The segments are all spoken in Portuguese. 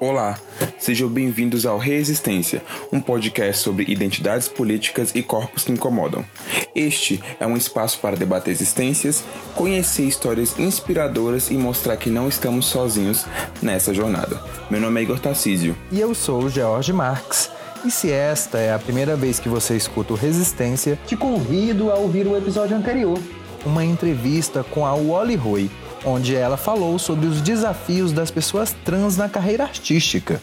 Olá, sejam bem-vindos ao Resistência, um podcast sobre identidades políticas e corpos que incomodam. Este é um espaço para debater existências, conhecer histórias inspiradoras e mostrar que não estamos sozinhos nessa jornada. Meu nome é Igor Tarcísio. E eu sou o George Marques. E se esta é a primeira vez que você escuta o Resistência, te convido a ouvir o episódio anterior. Uma entrevista com a Wally Roy, onde ela falou sobre os desafios das pessoas trans na carreira artística.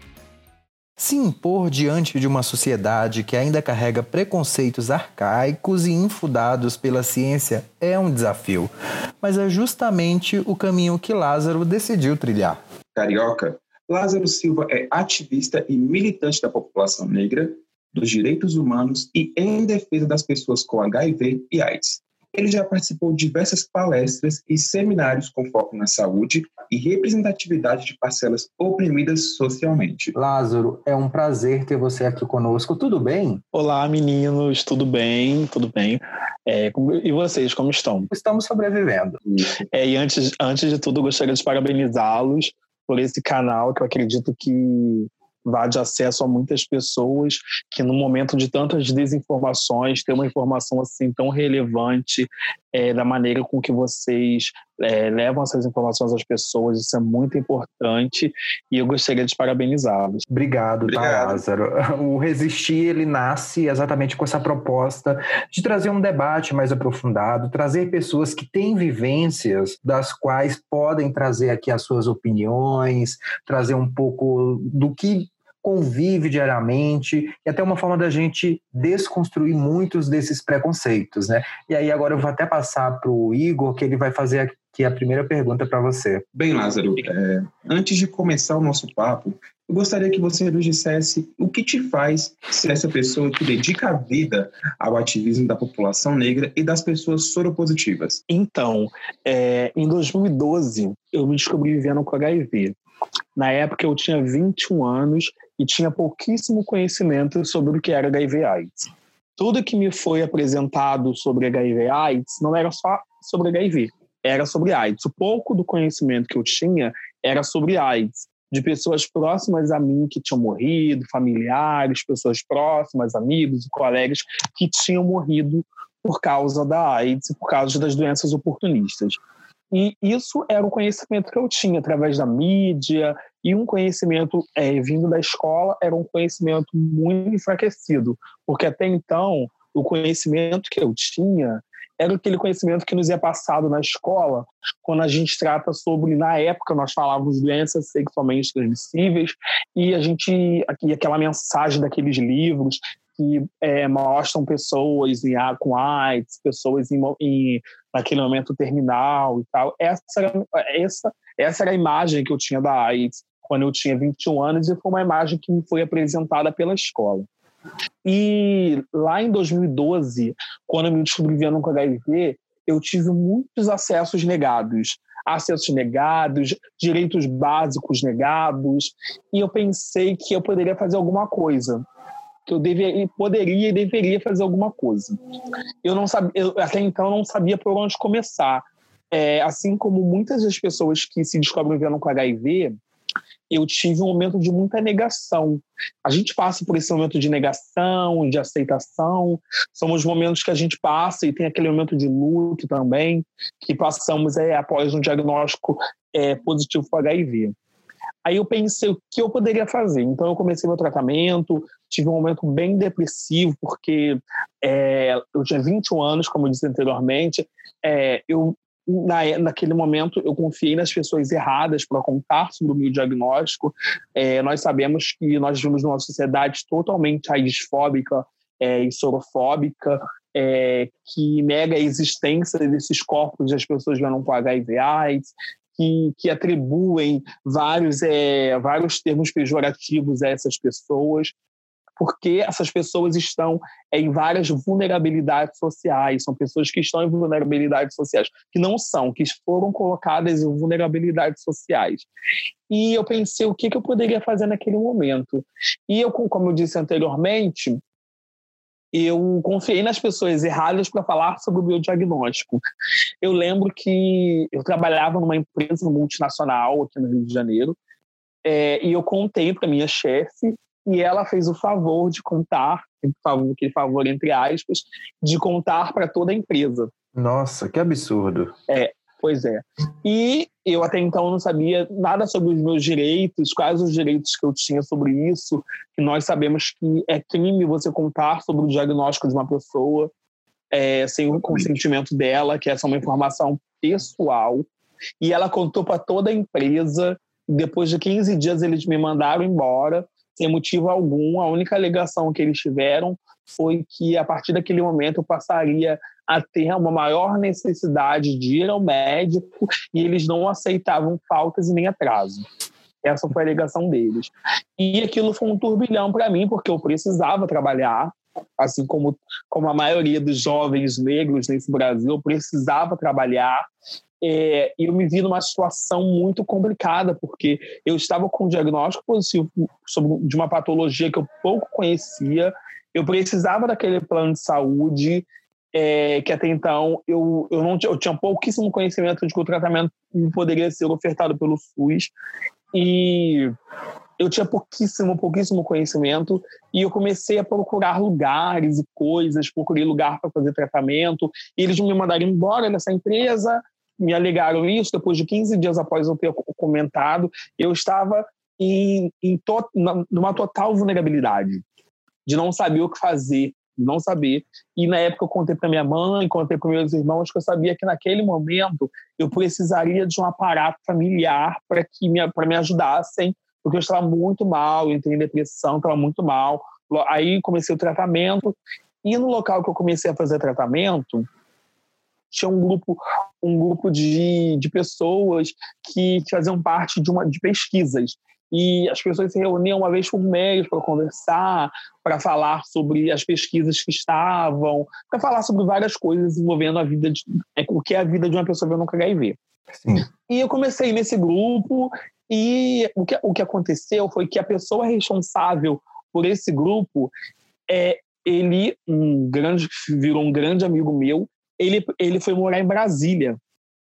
Se impor diante de uma sociedade que ainda carrega preconceitos arcaicos e infundados pela ciência é um desafio, mas é justamente o caminho que Lázaro decidiu trilhar. Carioca, Lázaro Silva é ativista e militante da população negra, dos direitos humanos e em defesa das pessoas com HIV e AIDS. Ele já participou de diversas palestras e seminários com foco na saúde e representatividade de parcelas oprimidas socialmente. Lázaro, é um prazer ter você aqui conosco. Tudo bem? Olá, meninos. Tudo bem? Tudo bem. E vocês, como estão? Estamos sobrevivendo. E antes de tudo, eu gostaria de parabenizá-los por esse canal, que eu acredito que vá de acesso a muitas pessoas, que no momento de tantas desinformações, ter uma informação assim tão relevante da maneira com que vocês levam essas informações às pessoas, isso é muito importante e eu gostaria de parabenizá-los. Obrigado. Tá, Lázaro? O Resistir, ele nasce exatamente com essa proposta de trazer um debate mais aprofundado, trazer pessoas que têm vivências das quais podem trazer aqui as suas opiniões, trazer um pouco do que convive diariamente, e até uma forma da gente desconstruir muitos desses preconceitos, né? E aí agora eu vou até passar para o Igor, que ele vai fazer aqui a primeira pergunta para você. Bem, Lázaro, antes de começar o nosso papo, eu gostaria que você nos dissesse o que te faz ser essa pessoa que dedica a vida ao ativismo da população negra e das pessoas soropositivas. Então, em 2012, eu me descobri vivendo com HIV. Na época, eu tinha 21 anos e tinha pouquíssimo conhecimento sobre o que era HIV/AIDS. Tudo que me foi apresentado sobre HIV/AIDS não era só sobre HIV, era sobre AIDS. O pouco do conhecimento que eu tinha era sobre AIDS, de pessoas próximas a mim que tinham morrido, familiares, pessoas próximas, amigos e colegas que tinham morrido por causa da AIDS e por causa das doenças oportunistas. E isso era o conhecimento que eu tinha através da mídia, e um conhecimento vindo da escola era um conhecimento muito enfraquecido, porque até então o conhecimento que eu tinha era aquele conhecimento que nos é passado na escola, quando a gente trata sobre, na época nós falávamos doenças sexualmente transmissíveis, e aquela mensagem daqueles livros que mostram pessoas com AIDS, pessoas naquele momento terminal e tal. Essa era a imagem que eu tinha da AIDS quando eu tinha 21 anos e foi uma imagem que me foi apresentada pela escola. E lá em 2012, quando eu me descobri vivendo com HIV, eu tive muitos acessos negados, direitos básicos negados, e eu pensei que eu poderia fazer alguma coisa, que eu poderia e deveria fazer alguma coisa. Até então eu não sabia por onde começar. Assim como muitas das pessoas que se descobrem vivendo com HIV, eu tive um momento de muita negação. A gente passa por esse momento de negação, de aceitação, são os momentos que a gente passa, e tem aquele momento de luto também, que passamos após um diagnóstico positivo para HIV. Aí eu pensei o que eu poderia fazer. Então eu comecei meu tratamento, tive um momento bem depressivo, porque eu tinha 21 anos, como eu disse anteriormente. Naquele momento eu confiei nas pessoas erradas para contar sobre o meu diagnóstico. Nós sabemos que nós vivemos numa sociedade totalmente AIDS-fóbica e sorofóbica, que nega a existência desses corpos das pessoas vivendo com HIV/AIDS, que atribuem vários termos pejorativos a essas pessoas, porque essas pessoas estão em várias vulnerabilidades sociais, são pessoas que estão em vulnerabilidades sociais, que foram colocadas em vulnerabilidades sociais. E eu pensei o que eu poderia fazer naquele momento. E eu, como eu disse anteriormente, eu confiei nas pessoas erradas para falar sobre o meu diagnóstico. Eu lembro que eu trabalhava numa empresa multinacional aqui no Rio de Janeiro, E eu contei para minha chefe e ela fez o favor de contar, aquele favor entre aspas, de contar para toda a empresa. Nossa, que absurdo. Pois é. E eu até então não sabia nada sobre os meus direitos, quais os direitos que eu tinha sobre isso, que nós sabemos que é crime você contar sobre o diagnóstico de uma pessoa sem o consentimento dela, que essa é uma informação pessoal. E ela contou para toda a empresa. Depois de 15 dias eles me mandaram embora, sem motivo algum. A única alegação que eles tiveram foi que a partir daquele momento eu passaria a ter uma maior necessidade de ir ao médico e eles não aceitavam faltas e nem atraso. Essa foi a alegação deles. E aquilo foi um turbilhão para mim, porque eu precisava trabalhar, assim como a maioria dos jovens negros nesse Brasil, eu precisava trabalhar. E eu me vi numa situação muito complicada, porque eu estava com um diagnóstico positivo de uma patologia que eu pouco conhecia, eu precisava daquele plano de saúde, que até então eu tinha pouquíssimo conhecimento de que o tratamento poderia ser ofertado pelo SUS, e eu tinha pouquíssimo conhecimento, e eu comecei a procurar lugares e coisas, procurei lugar para fazer tratamento, e eles me mandaram embora dessa empresa, me alegaram isso. Depois de 15 dias após eu ter comentado, eu estava numa total vulnerabilidade, de não saber o que fazer, não saber. E na época eu contei para minha mãe, contei para meus irmãos, que eu sabia que naquele momento eu precisaria de um aparato familiar para me ajudassem, porque eu estava muito mal, eu entrei em depressão, estava muito mal. Aí comecei o tratamento, e no local que eu comecei a fazer tratamento, tinha um grupo de pessoas que faziam parte de pesquisas. E as pessoas se reuniam uma vez por mês para conversar, para falar sobre as pesquisas que estavam, para falar sobre várias coisas envolvendo o que é a vida de uma pessoa vivendo com HIV. Sim. E eu comecei nesse grupo, e o que aconteceu foi que a pessoa responsável por esse grupo, ele virou um grande amigo meu. Ele foi morar em Brasília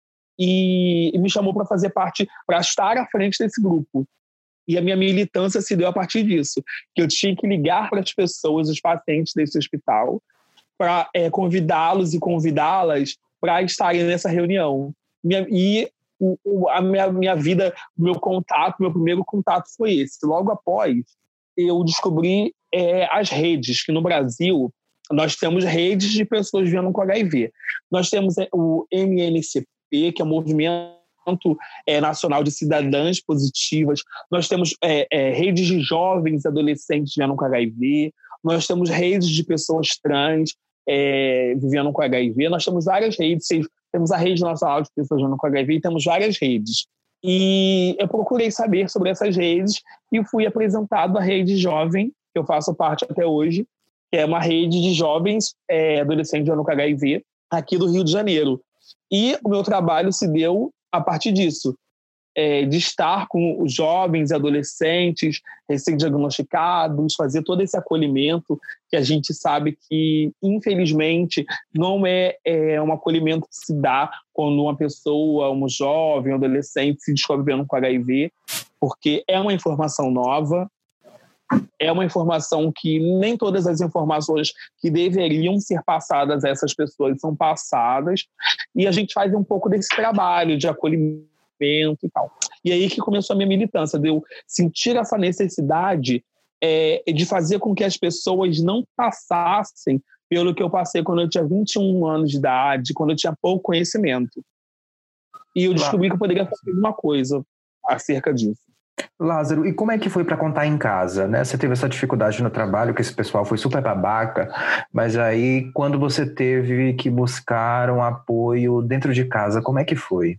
e me chamou para fazer parte, para estar à frente desse grupo. E a minha militância se deu a partir disso, que eu tinha que ligar para as pessoas, os pacientes desse hospital, para convidá-los e convidá-las para estarem nessa reunião. A minha vida, meu primeiro contato foi esse. Logo após, eu descobri as redes, que no Brasil nós temos redes de pessoas vivendo com HIV. Nós temos o MNCP, que é o Movimento Nacional de Cidadãs Positivas. Nós temos redes de jovens e adolescentes vivendo com HIV. Nós temos redes de pessoas trans vivendo com HIV. Nós temos várias redes. Temos a Rede Nacional de Pessoas vivendo com HIV e temos várias redes. E eu procurei saber sobre essas redes e fui apresentado à Rede Jovem, que eu faço parte até hoje, que é uma rede de jovens adolescentes vivendo com HIV aqui do Rio de Janeiro. E o meu trabalho se deu a partir disso, de estar com os jovens e adolescentes recém-diagnosticados, fazer todo esse acolhimento que a gente sabe que, infelizmente, não é um acolhimento que se dá quando uma pessoa, um jovem, um adolescente se descobre vivendo com HIV, porque é uma informação nova, é uma informação que nem todas as informações que deveriam ser passadas a essas pessoas são passadas, e a gente faz um pouco desse trabalho de acolhimento e tal. E aí que começou a minha militância, de eu sentir essa necessidade de fazer com que as pessoas não passassem pelo que eu passei quando eu tinha 21 anos de idade, quando eu tinha pouco conhecimento. E eu descobri que eu poderia fazer alguma coisa acerca disso. Lázaro, e como é que foi para contar em casa, né? Você teve essa dificuldade no trabalho, que esse pessoal foi super babaca, mas aí quando você teve que buscar um apoio dentro de casa, como é que foi?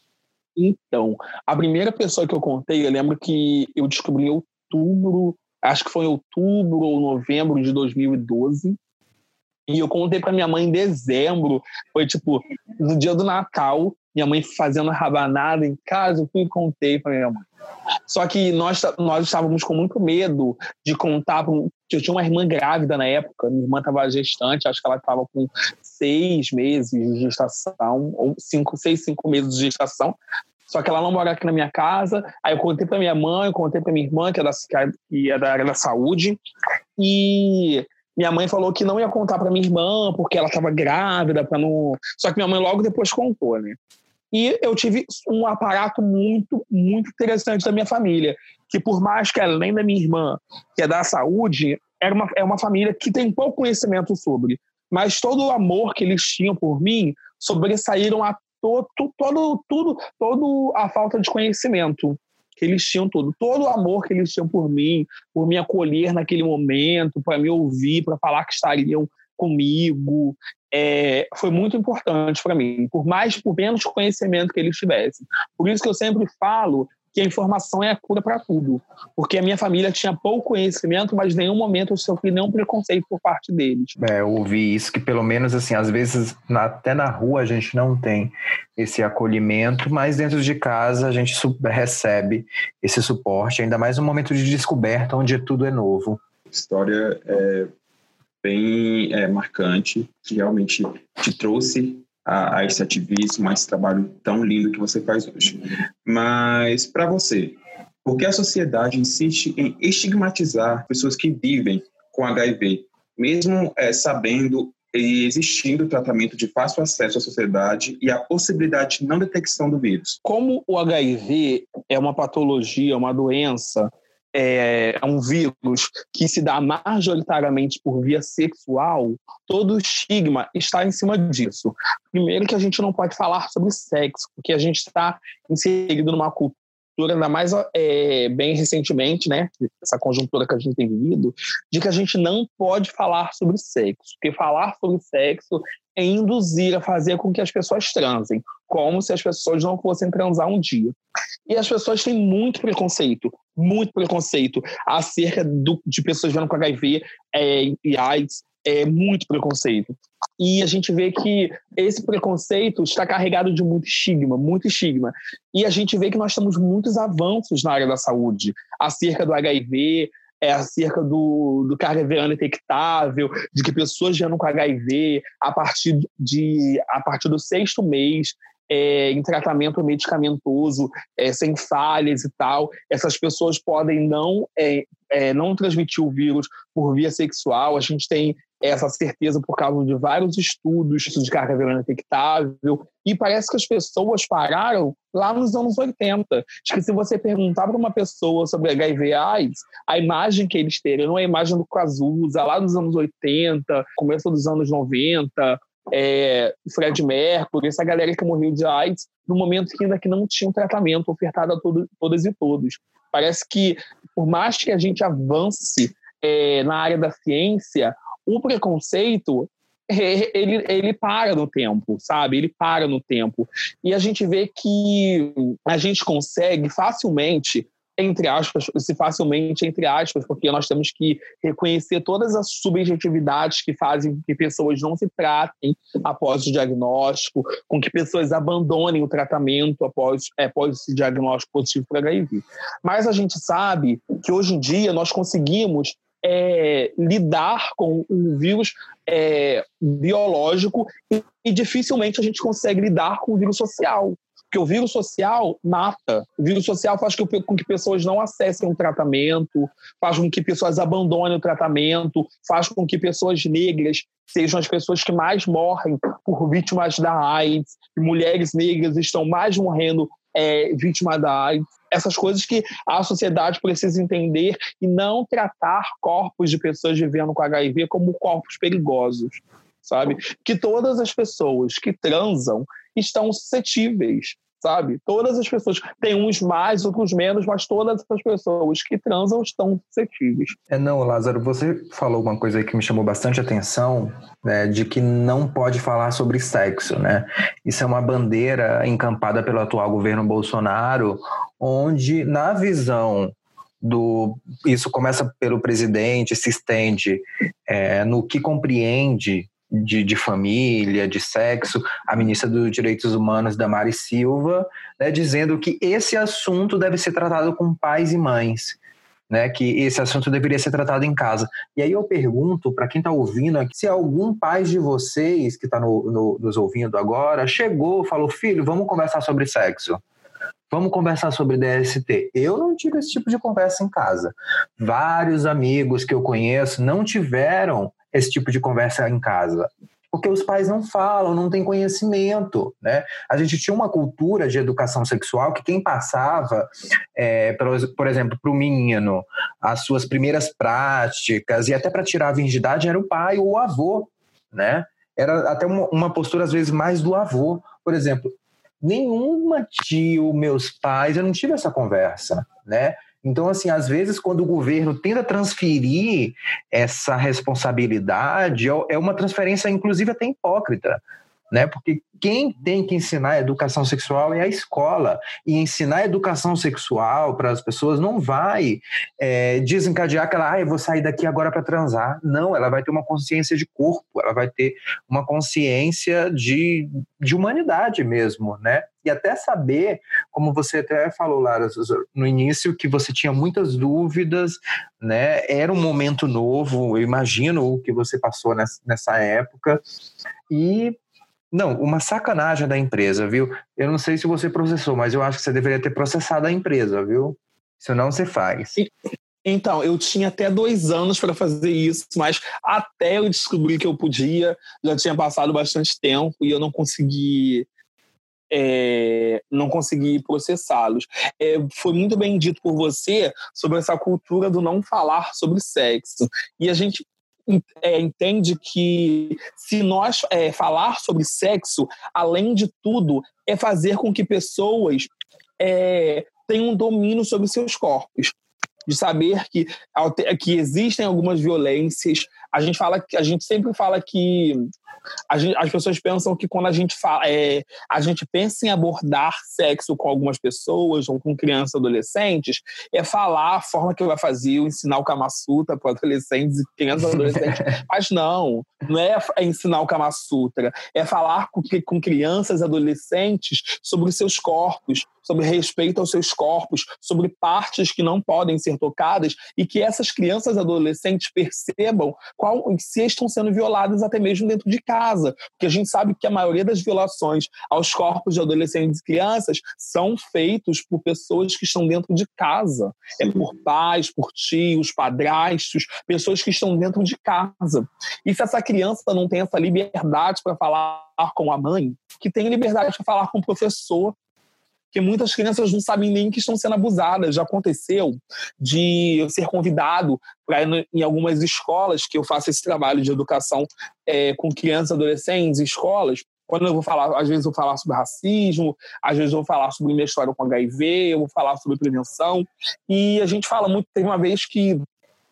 Então, a primeira pessoa que eu contei, eu lembro que eu descobri em outubro, acho que foi em outubro ou novembro de 2012, e eu contei para minha mãe em dezembro, foi tipo, no dia do Natal, minha mãe fazendo rabanada em casa, eu fui e contei para minha mãe. Só que nós estávamos com muito medo de contar, eu tinha uma irmã grávida na época, minha irmã estava gestante, acho que ela estava com 6 meses de gestação, ou 5 meses de gestação, só que ela não mora aqui na minha casa. Aí eu contei para minha mãe, eu contei para minha irmã, que é da área da saúde, e minha mãe falou que não ia contar para minha irmã, porque ela estava grávida, para não... Só que minha mãe logo depois contou, né? E eu tive um aparato muito, muito interessante da minha família, que por mais que além da minha irmã, que é da saúde, é uma família que tem pouco conhecimento sobre, mas todo o amor que eles tinham por mim sobressaíram a toda a falta de conhecimento que eles tinham, todo o amor que eles tinham por mim, por me acolher naquele momento, para me ouvir, para falar que estariam comigo, foi muito importante para mim, por menos conhecimento que eles tivessem. Por isso que eu sempre falo que a informação é a cura para tudo, porque a minha família tinha pouco conhecimento, mas em nenhum momento eu sofri nenhum preconceito por parte deles. Eu ouvi isso, que pelo menos assim, às vezes até na rua a gente não tem esse acolhimento, mas dentro de casa a gente recebe esse suporte, ainda mais no momento de descoberta, onde tudo é novo. História bem marcante, que realmente te trouxe a esse ativismo, a esse trabalho tão lindo que você faz hoje. Mas, para você, por que a sociedade insiste em estigmatizar pessoas que vivem com HIV, mesmo sabendo e existindo tratamento de fácil acesso à sociedade e a possibilidade de não detecção do vírus? Como o HIV é uma patologia, uma doença, é um vírus que se dá majoritariamente por via sexual, todo o estigma está em cima disso. Primeiro que a gente não pode falar sobre sexo, porque a gente está inserido numa cultura, ainda mais bem recentemente, né, essa conjuntura que a gente tem vivido, de que a gente não pode falar sobre sexo, porque falar sobre sexo é induzir a fazer com que as pessoas transem, como se as pessoas não fossem transar um dia. E as pessoas têm muito preconceito acerca de pessoas vivendo com HIV e AIDS, muito preconceito. E a gente vê que esse preconceito está carregado de muito estigma. E a gente vê que nós temos muitos avanços na área da saúde, acerca do HIV, acerca do carga indetectável, de que pessoas vivendo com HIV, a partir do 6º mês, em tratamento medicamentoso, sem falhas e tal, essas pessoas podem não transmitir o vírus por via sexual. A gente tem essa certeza por causa de vários estudos de carga viral indetectável, e parece que as pessoas pararam lá nos anos 80. Acho que se você perguntar para uma pessoa sobre HIV/AIDS, a imagem que eles teriam é a imagem do Cazuza, lá nos anos 80, começo dos anos 90, Fred Mercury, essa galera que morreu de AIDS, no momento que ainda não tinha um tratamento ofertado a todas e todos. Parece que, por mais que a gente avance na área da ciência, o preconceito, ele para no tempo, sabe? Ele para no tempo. E a gente vê que a gente consegue facilmente, entre aspas, porque nós temos que reconhecer todas as subjetividades que fazem que pessoas não se tratem após o diagnóstico, com que pessoas abandonem o tratamento após esse diagnóstico positivo para HIV. Mas a gente sabe que hoje em dia nós conseguimos lidar com um vírus biológico e dificilmente a gente consegue lidar com o vírus social. Porque o vírus social mata. O vírus social faz com que pessoas não acessem o tratamento, faz com que pessoas abandonem o tratamento, faz com que pessoas negras sejam as pessoas que mais morrem por vítimas da AIDS, e mulheres negras estão mais morrendo vítimas da AIDS. Essas coisas que a sociedade precisa entender e não tratar corpos de pessoas vivendo com HIV como corpos perigosos, sabe? Que todas as pessoas que transam estão suscetíveis, sabe? Todas as pessoas, tem uns mais, outros menos, mas todas as pessoas que transam estão suscetíveis. Não, Lázaro, você falou uma coisa aí que me chamou bastante atenção, né, de que não pode falar sobre sexo, né? Isso é uma bandeira encampada pelo atual governo Bolsonaro, onde, na visão isso começa pelo presidente, se estende no que compreende de família, de sexo, a ministra dos Direitos Humanos, Damares Silva, né, dizendo que esse assunto deve ser tratado com pais e mães, né, que esse assunto deveria ser tratado em casa. E aí eu pergunto para quem está ouvindo aqui, se algum pai de vocês que está nos ouvindo agora falou, filho, vamos conversar sobre sexo. vamos conversar sobre DST. Eu não tive esse tipo de conversa em casa. Vários amigos que eu conheço não tiveram esse tipo de conversa em casa, porque os pais não falam, não têm conhecimento, né? A gente tinha uma cultura de educação sexual que quem passava, por exemplo, para o menino, as suas primeiras práticas e até para tirar a virgindade era o pai ou o avô, né? Era até uma postura, às vezes, mais do avô. Por exemplo, nenhuma tio, meus pais, eu não tive essa conversa, né? Então, assim, às vezes, quando o governo tenta transferir essa responsabilidade, é uma transferência, inclusive, até hipócrita, né? Porque quem tem que ensinar a educação sexual é a escola. E ensinar a educação sexual para as pessoas não vai desencadear aquela, eu vou sair daqui agora para transar. Não, ela vai ter uma consciência de corpo, ela vai ter uma consciência de humanidade mesmo, né? E até saber, como você até falou, Lara, no início, que você tinha muitas dúvidas, né? Era um momento novo, eu imagino o que você passou nessa época. E não, uma sacanagem da empresa, viu? Eu não sei se você processou, mas eu acho que você deveria ter processado a empresa, viu? Isso não se faz. Então, eu tinha até 2 anos para fazer isso, mas até eu descobrir que eu podia, já tinha passado bastante tempo e eu não consegui processá-los. Foi muito bem dito por você sobre essa cultura do não falar sobre sexo. E a gente entende que se nós falar sobre sexo, além de tudo, é fazer com que pessoas tenham um domínio sobre seus corpos, de saber que existem algumas violências. A gente sempre fala que as pessoas pensam que quando a gente pensa em abordar sexo com algumas pessoas ou com crianças e adolescentes, é falar a forma que vai fazer, ensinar o Kama Sutra para adolescentes e crianças e adolescentes. Mas não é ensinar o Kama Sutra, é falar com crianças e adolescentes sobre os seus corpos, sobre respeito aos seus corpos, sobre partes que não podem ser tocadas e que essas crianças e adolescentes percebam se estão sendo violadas até mesmo dentro de casa. Porque a gente sabe que a maioria das violações aos corpos de adolescentes e crianças são feitos por pessoas que estão dentro de casa. Sim. Por pais, por tios, padrastos, pessoas que estão dentro de casa. E se essa criança não tem essa liberdade para falar com a mãe, que tem liberdade para falar com o professor, que muitas crianças não sabem nem que estão sendo abusadas. Já aconteceu de eu ser convidado para ir em algumas escolas que eu faço esse trabalho de educação com crianças, adolescentes, escolas. Quando eu vou falar, às vezes eu vou falar sobre racismo, às vezes eu vou falar sobre minha história com HIV, eu vou falar sobre prevenção. E a gente fala muito, teve uma vez que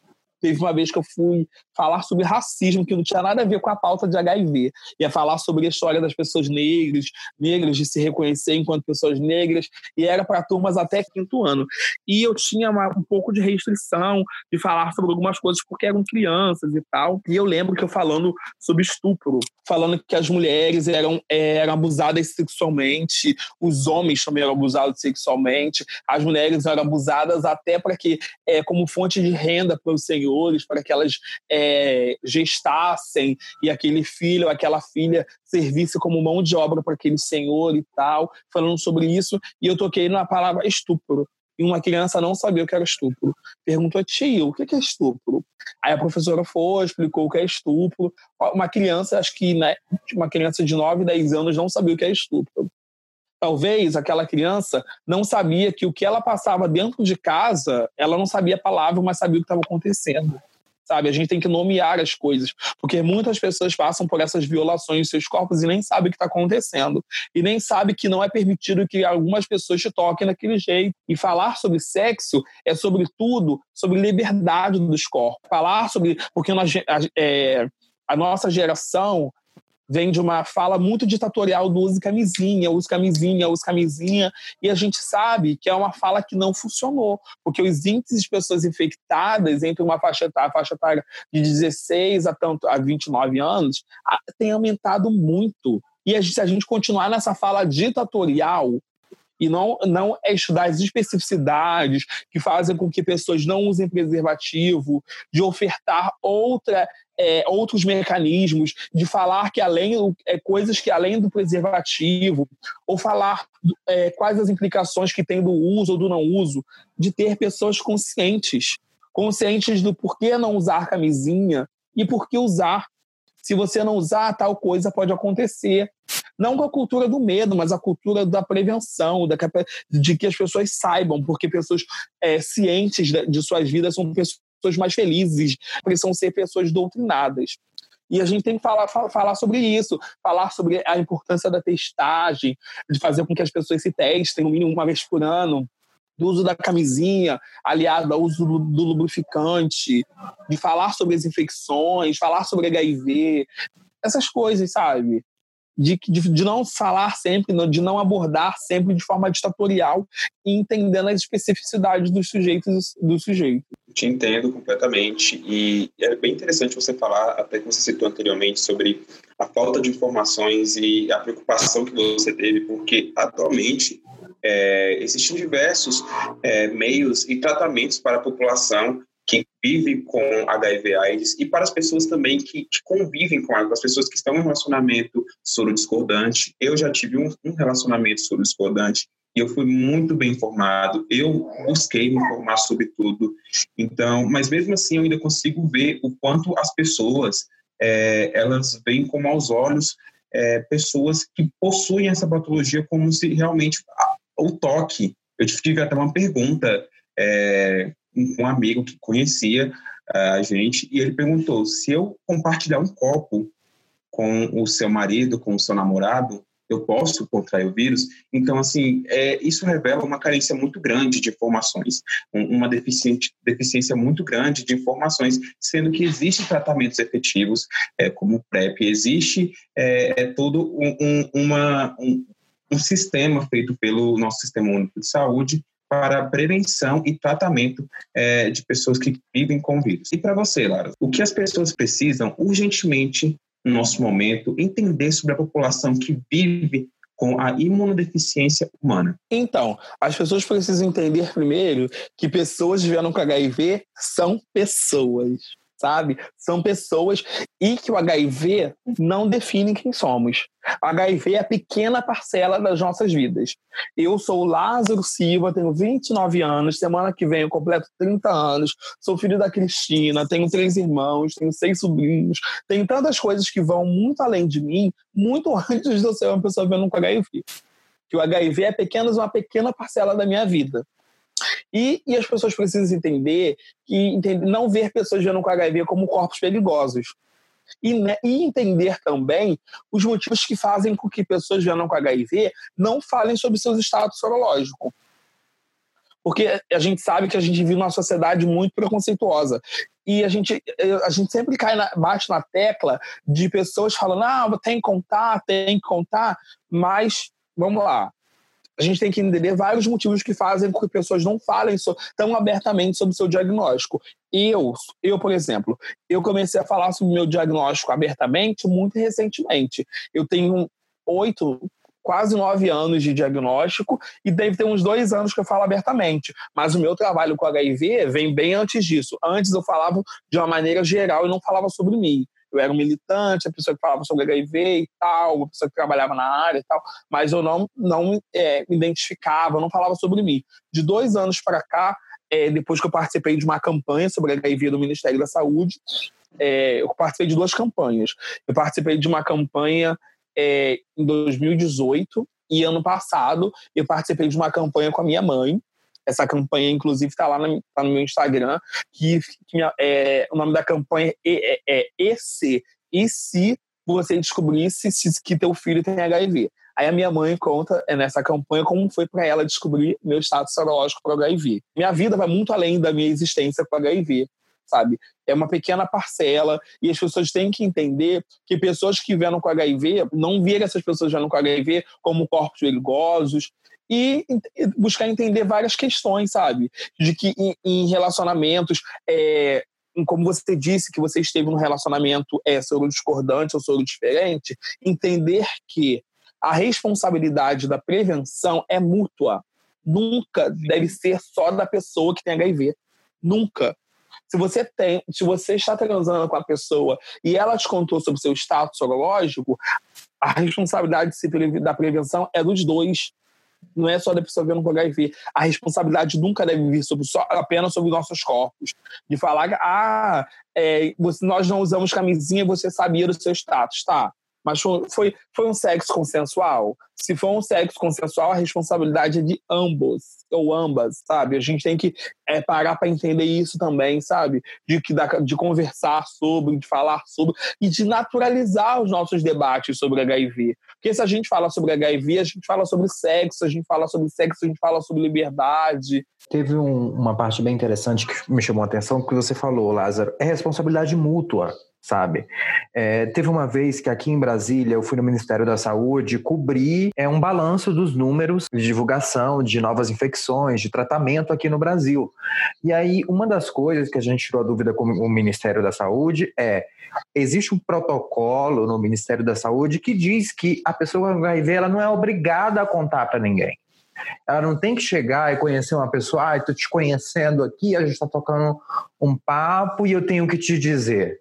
eu fui falar sobre racismo, que não tinha nada a ver com a pauta de HIV. Ia falar sobre a história das pessoas negras de se reconhecer enquanto pessoas negras, e era para turmas até 5º ano. E eu tinha um pouco de restrição de falar sobre algumas coisas porque eram crianças e tal. E eu lembro que eu falando sobre estupro, falando que as mulheres eram abusadas sexualmente, os homens também eram abusados sexualmente, as mulheres eram abusadas até para que, como fonte de renda para os senhores, para que elas gestassem e aquele filho ou aquela filha servisse como mão de obra para aquele senhor e tal, falando sobre isso. E eu toquei na palavra estupro. E uma criança não sabia o que era estupro. Perguntou, tio, o que é estupro? Aí a professora explicou o que é estupro. Uma criança, acho que uma criança de 9, 10 anos não sabia o que é estupro. Talvez aquela criança não sabia que o que ela passava dentro de casa, ela não sabia a palavra, mas sabia o que estava acontecendo. Sabe? A gente tem que nomear as coisas, porque muitas pessoas passam por essas violações de seus corpos e nem sabem o que está acontecendo. E nem sabem que não é permitido que algumas pessoas te toquem daquele jeito. E falar sobre sexo é, sobretudo, sobre liberdade dos corpos. Falar sobre... Porque a nossa geração vem de uma fala muito ditatorial do use camisinha, e a gente sabe que é uma fala que não funcionou, porque os índices de pessoas infectadas entre a faixa etária de 16 a 29 anos tem aumentado muito. E se a gente continuar nessa fala ditatorial, E não é estudar as especificidades que fazem com que pessoas não usem preservativo, de ofertar outros mecanismos, de falar que coisas que além do preservativo, ou falar quais as implicações que tem do uso ou do não uso, de ter pessoas conscientes do porquê não usar camisinha e por que usar. Se você não usar, tal coisa pode acontecer. Não com a cultura do medo, mas a cultura da prevenção, de que as pessoas saibam, porque pessoas cientes de suas vidas são pessoas mais felizes, precisam ser pessoas doutrinadas. E a gente tem que falar sobre isso, falar sobre a importância da testagem, de fazer com que as pessoas se testem no mínimo uma vez por ano, do uso da camisinha, aliado ao uso do lubrificante, de falar sobre as infecções, falar sobre HIV, essas coisas, sabe? De não falar sempre, de não abordar sempre de forma ditatorial e entendendo as especificidades dos sujeitos. Te entendo completamente, e é bem interessante você falar, até que você citou anteriormente, sobre a falta de informações e a preocupação que você teve, porque atualmente existem diversos meios e tratamentos para a população que vive com HIV/AIDS e para as pessoas também que convivem com as pessoas que estão em um relacionamento soro-discordante. Eu já tive um relacionamento soro-discordante e eu fui muito bem informado, eu busquei me informar sobre tudo. Então, mas mesmo assim eu ainda consigo ver o quanto as pessoas, elas veem com maus olhos pessoas que possuem essa patologia como se realmente o toque. Eu tive até uma pergunta com um amigo que conhecia a gente, e ele perguntou: se eu compartilhar um copo com o seu marido, com o seu namorado, eu posso contrair o vírus? Então, assim, isso revela uma carência muito grande de informações, uma deficiência muito grande de informações, sendo que existem tratamentos efetivos, como o PrEP, existe todo um sistema feito pelo nosso Sistema Único de Saúde para prevenção e tratamento de pessoas que vivem com vírus. E para você, Lara, o que as pessoas precisam urgentemente, no nosso momento, entender sobre a população que vive com a imunodeficiência humana? Então, as pessoas precisam entender primeiro que pessoas vivendo com HIV são pessoas, sabe? São pessoas, e que o HIV não define quem somos. O HIV é a pequena parcela das nossas vidas. Eu sou o Lázaro Silva, tenho 29 anos, semana que vem eu completo 30 anos, sou filho da Cristina, tenho 3 irmãos, tenho 6 sobrinhos, tenho tantas coisas que vão muito além de mim, muito antes de eu ser uma pessoa vivendo com HIV. Que o HIV é apenas uma pequena parcela da minha vida. E as pessoas precisam entender não ver pessoas vivendo com HIV como corpos perigosos. E entender também os motivos que fazem com que pessoas vivendo com HIV não falem sobre seus status sorológicos. Porque a gente sabe que a gente vive numa sociedade muito preconceituosa. E a gente sempre bate na tecla de pessoas falando: tem que contar, mas vamos lá. A gente tem que entender vários motivos que fazem com que pessoas não falem tão abertamente sobre o seu diagnóstico. Eu, por exemplo, eu comecei a falar sobre o meu diagnóstico abertamente muito recentemente. Eu tenho 8, quase 9 anos de diagnóstico e deve ter uns 2 anos que eu falo abertamente. Mas o meu trabalho com HIV vem bem antes disso. Antes eu falava de uma maneira geral e não falava sobre mim. Eu era um militante, a pessoa que falava sobre HIV e tal, a pessoa que trabalhava na área e tal, mas eu não me identificava, não falava sobre mim. De 2 anos para cá, depois que eu participei de uma campanha sobre HIV do Ministério da Saúde, eu participei de 2 campanhas. Eu participei de uma campanha em 2018 e ano passado eu participei de uma campanha com a minha mãe. Essa campanha, inclusive, está lá no meu Instagram, o nome da campanha é E se você descobrisse que teu filho tem HIV? Aí a minha mãe conta nessa campanha como foi para ela descobrir meu status sorológico para o HIV. Minha vida vai muito além da minha existência com HIV, sabe? É uma pequena parcela e as pessoas têm que entender que pessoas que vivem com HIV, não ver essas pessoas vivendo com HIV como corpos perigosos, e buscar entender várias questões, sabe? De que em relacionamentos, como você disse, que você esteve num relacionamento soro-discordante ou soro-diferente, entender que A responsabilidade da prevenção é mútua. Nunca deve ser só da pessoa que tem HIV. Nunca. Se você está transando com a pessoa e ela te contou sobre o seu status sorológico, a responsabilidade da prevenção é dos dois. Não é só da pessoa vendo com HIV. A responsabilidade nunca deve vir apenas sobre nossos corpos. De falar que nós não usamos camisinha e você sabia do seu status, tá? Mas foi um sexo consensual? Se for um sexo consensual, a responsabilidade é de ambos ou ambas, sabe? A gente tem que parar para entender isso também, sabe? De conversar sobre, de falar sobre e de naturalizar os nossos debates sobre HIV. Porque se a gente fala sobre HIV, a gente fala sobre sexo, a gente fala sobre liberdade. Teve uma parte bem interessante que me chamou a atenção, que você falou, Lázaro, é responsabilidade mútua, sabe? Teve uma vez que aqui em Brasília eu fui no Ministério da Saúde cobrir um balanço dos números de divulgação de novas infecções, de tratamento aqui no Brasil. E aí uma das coisas que a gente tirou a dúvida com o Ministério da Saúde existe um protocolo no Ministério da Saúde que diz que a pessoa com HIV ela não é obrigada a contar para ninguém. Ela não tem que chegar e conhecer uma pessoa, estou te conhecendo aqui, a gente está tocando um papo e eu tenho que te dizer.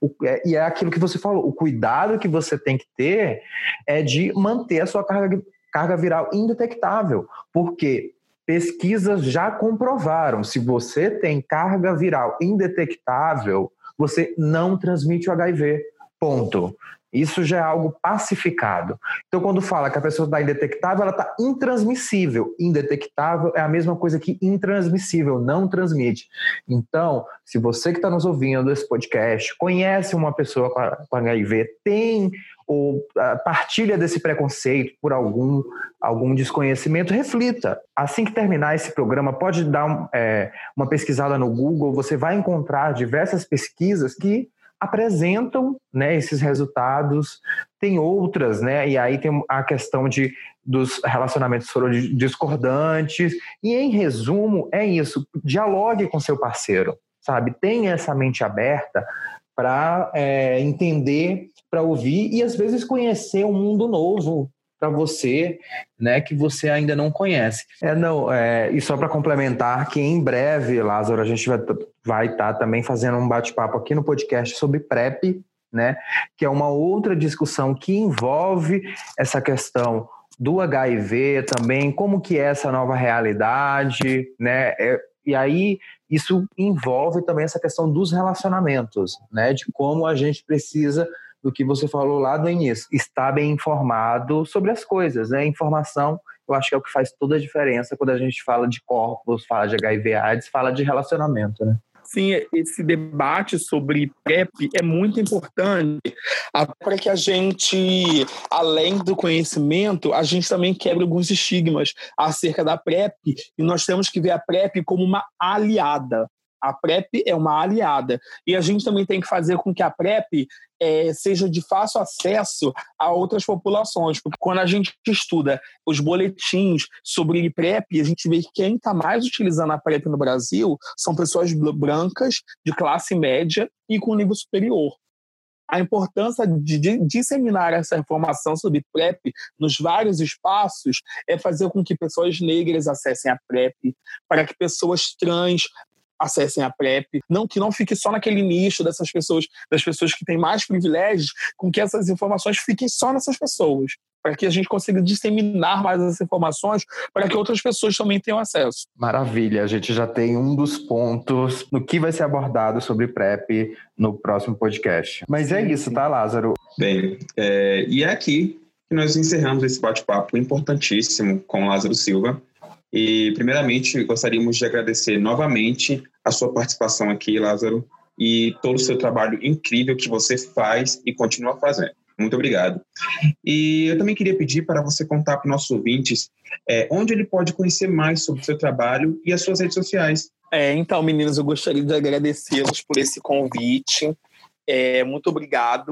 E é aquilo que você falou, o cuidado que você tem que ter é de manter a sua carga viral indetectável, porque pesquisas já comprovaram, se você tem carga viral indetectável, você não transmite o HIV, ponto. Isso já é algo pacificado. Então, quando fala que a pessoa está indetectável, ela está intransmissível. Indetectável é a mesma coisa que intransmissível, não transmite. Então, se você que está nos ouvindo esse podcast, conhece uma pessoa com HIV, tem ou partilha desse preconceito por algum desconhecimento, reflita. Assim que terminar esse programa, pode dar uma pesquisada no Google, você vai encontrar diversas pesquisas que apresentam, né, esses resultados. Tem outras, né, e aí tem a questão dos relacionamentos discordantes, e em resumo é isso, dialogue com seu parceiro, sabe, tenha essa mente aberta para entender, para ouvir e às vezes conhecer um mundo novo para você, né, que você ainda não conhece. E só para complementar que em breve, Lázaro, a gente vai estar também fazendo um bate-papo aqui no podcast sobre PrEP, né, que é uma outra discussão que envolve essa questão do HIV também, como que é essa nova realidade, né, e aí isso envolve também essa questão dos relacionamentos, né, de como a gente precisa, do que você falou lá no início, estar bem informado sobre as coisas, né? Informação, eu acho que é o que faz toda a diferença quando a gente fala de corpos, fala de HIV/AIDS, fala de relacionamento, né? Sim, esse debate sobre PrEP é muito importante para que a gente, além do conhecimento, a gente também quebre alguns estigmas acerca da PrEP, e nós temos que ver a PrEP como uma aliada. A PrEP é uma aliada. E a gente também tem que fazer com que a PrEP seja de fácil acesso a outras populações. Porque quando a gente estuda os boletins sobre PrEP, a gente vê que quem está mais utilizando a PrEP no Brasil são pessoas brancas, de classe média e com nível superior. A importância de disseminar essa informação sobre PrEP nos vários espaços é fazer com que pessoas negras acessem a PrEP, para que pessoas trans acessem a PrEP, que não fique só naquele nicho das pessoas que têm mais privilégios, com que essas informações fiquem só nessas pessoas, para que a gente consiga disseminar mais essas informações para que outras pessoas também tenham acesso. Maravilha, a gente já tem um dos pontos no que vai ser abordado sobre PrEP no próximo podcast. Mas é isso, tá, Lázaro? Bem, e é aqui que nós encerramos esse bate-papo importantíssimo com Lázaro Silva. E, primeiramente, gostaríamos de agradecer novamente a sua participação aqui, Lázaro, e todo o seu trabalho incrível que você faz e continua fazendo. Muito obrigado. E eu também queria pedir para você contar para os nossos ouvintes onde ele pode conhecer mais sobre o seu trabalho e as suas redes sociais. Então, meninos, eu gostaria de agradecê-los por esse convite. Muito obrigado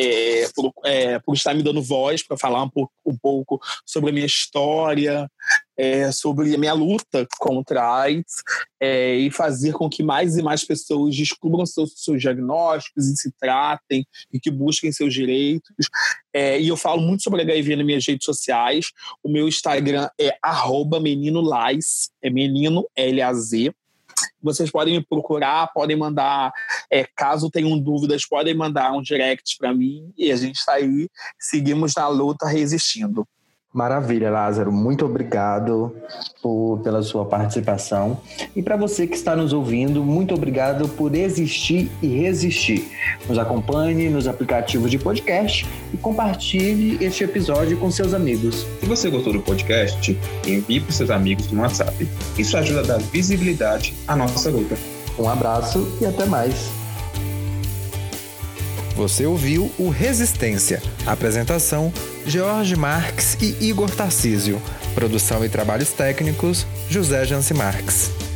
por estar me dando voz para falar um pouco sobre a minha história, sobre a minha luta contra a AIDS e fazer com que mais e mais pessoas descubram seus diagnósticos e se tratem e que busquem seus direitos. E eu falo muito sobre HIV nas minhas redes sociais. O meu Instagram é @meninolaz, é menino L-A-Z. Vocês podem me procurar, podem mandar, caso tenham dúvidas, podem mandar um direct para mim e a gente está aí, seguimos na luta resistindo. Maravilha, Lázaro. Muito obrigado pela sua participação. E para você que está nos ouvindo, muito obrigado por existir e resistir. Nos acompanhe nos aplicativos de podcast e compartilhe este episódio com seus amigos. Se você gostou do podcast, envie para seus amigos no WhatsApp. Isso ajuda a dar visibilidade à nossa luta. Um abraço e até mais. Você ouviu o Resistência. Apresentação: George Marques e Igor Tarcísio. Produção e trabalhos técnicos: José Janci Marques.